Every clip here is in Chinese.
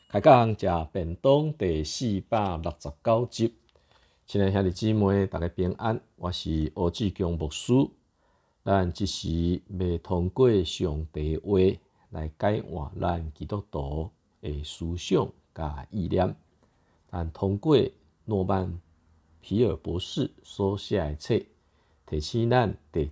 开讲食便当第469集，亲爱兄弟姊妹，大家平安。我是欧志强牧师。咱即时要通过上帝话来解换咱基督徒的思想甲意念。但通过诺曼皮尔博士所写的册，提醒咱第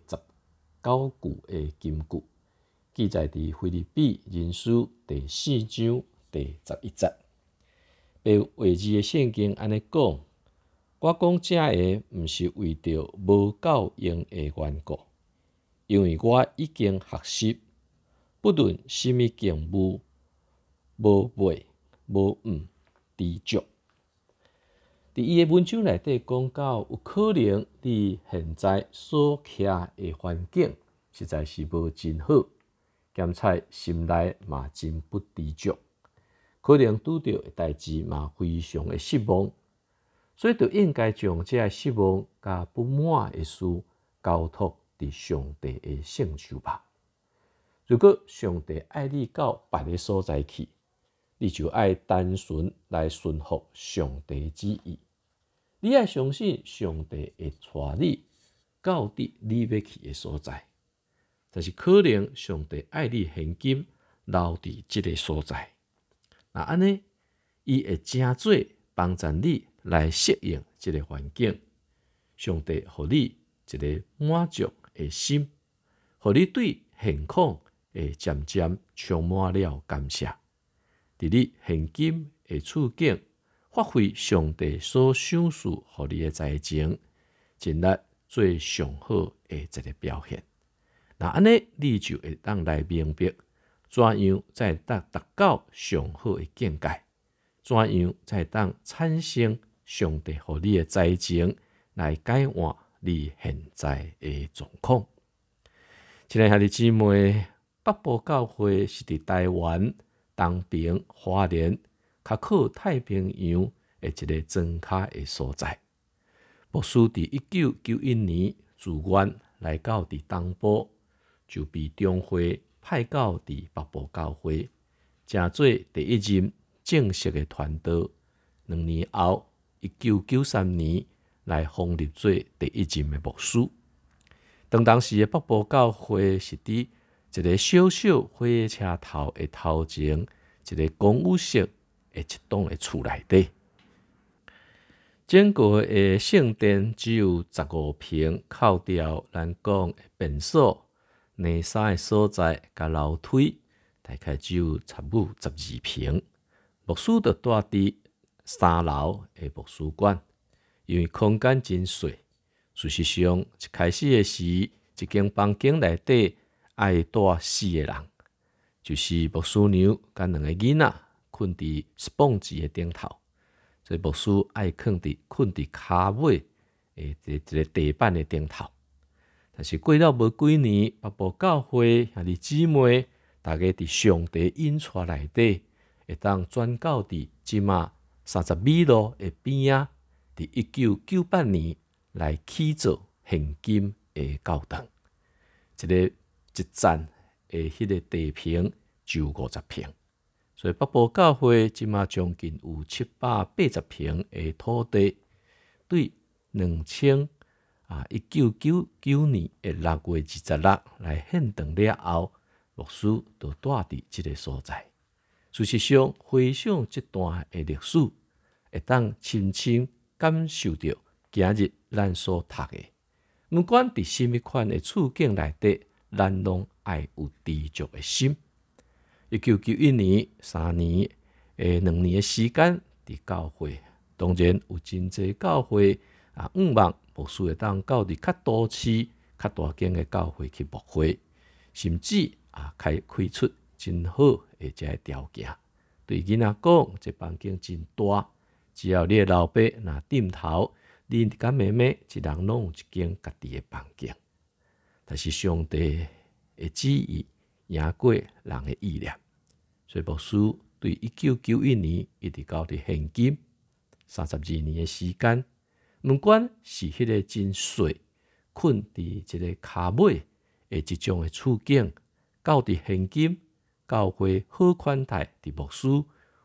19句的金句，记载伫腓立比人书第4章第11节。被画字的圣经安尼讲：我讲这个，毋是为着无够用的缘故，因为我已经学习，不论什么境遇，无畏无毋知足。伫伊的文章内底讲到，有可能你现在所徛的环境实在是无真好，兼且心内嘛真不知足。可能拄到的代志嘛非常的失望，所以就应该将这个失望甲不满的事交托伫上帝的圣手吧。如果上帝爱你到别个所在去，你就爱单纯来顺服上帝旨意。你爱相信上帝会带你到伫你要去的所在，但是可能上帝爱你现今留伫这个所在。那安尼，伊会真做帮助你来适应这个环境。上帝互你一个满足的心，互你对现况会渐渐充满了感谢。伫你现今的处境，发挥上帝所赏赐互你的才情，尽力做上好的一个表现。那安尼，你就会当来明白，怎样才达到上好的境界？怎样才当产生上帝互你的才情，来改换你现在的状况？亲爱兄弟姊妹，北部教会是伫台湾、东平、花莲、较靠太平洋的一个庄脚的所在。牧师伫1991年自愿来到伫东部，就被中会派到伫北部教会，成做第一任正式的传道。2年后，1993年来封立做第一任的牧师。当时的北部教会是伫一个小小火车头的头前，一个公寓式的一栋的厝内底。整个的圣殿只有15平，扣掉咱讲的便所、内衫的所在甲楼梯，大概只有差不多12平。牧师就住伫3楼的牧师馆，因为空间真小。事实上，一开始的时，一间房间内底爱住4个人，就是牧师娘甲2个囡仔困伫spong子的顶头。所以牧师爱困伫骹尾的一个地板的顶头。但是过了无几年，北部教会兄弟姊妹，大家伫上帝引带内底，会当转到伫即马30米路的边仔，伫1998年来起造现今的教堂。一站的迄个地坪就50平。所以北部教会即马将近有780平的土地，对1999年的6月26来献堂了后，牧师就住伫这个所在。事实上，回想这段的历史，会当深深感受到今日咱所读的，不管伫什么款的处境内底，咱拢爱有知足的心。1991年3年2年的时间伫教会，当然有真济教会盼望牧师会当到伫较都市、较大间的教会去牧会，甚至开出真好的这个条件。对囡仔讲，这房间真大，只要你的老爸若点头，你甲妹妹一人拢有一间家己的房间。但是上帝的旨意赢过人的意念，所以牧师对1991年一直到伫现今32年的时间，不管是迄个真细困伫一个骹尾的这种的处境，到伫现今教会好款待伫牧师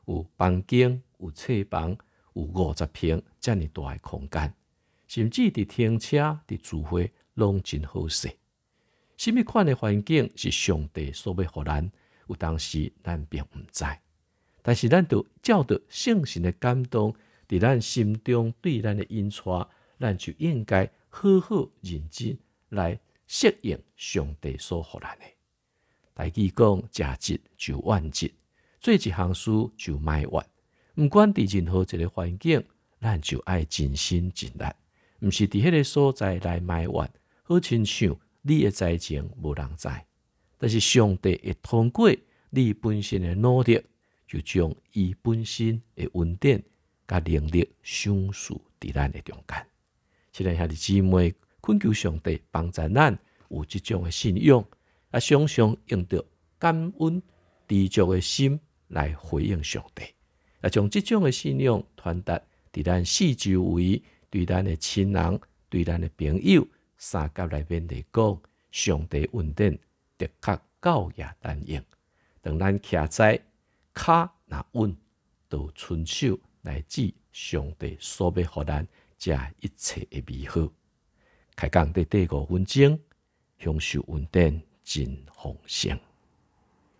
有房间、有册房、有50平这么大的空间，甚至伫停车、伫聚会拢真好势。什么款的环境是上帝所要予咱？有当时咱并毋知，但是咱就照着圣神的感动，伫咱心中对咱的引带，咱就应该好好认真来适应上帝所予咱的。台语讲，食节就怨节，做一项事就埋怨。毋管伫任何一个环境，咱就爱尽心尽力，毋是伫迄个所在来埋怨，好亲像你的灾情无人知。但是上帝会通过你本身的努力，就将伊本身的恩典甲能力赏赐伫咱的中间。亲爱兄弟姊妹，恳求上帝帮助咱有这种的信仰，常常用着感恩知足的心来回应上帝，将这种的信仰传达伫咱四周围，对咱的亲人、对咱的朋友、三甲内面来讲，上帝恩典的确够也难用。当咱徛在脚若稳，就伸手来指上帝所要予咱这一切的美好。开讲第5分钟，享受恩典真丰盛。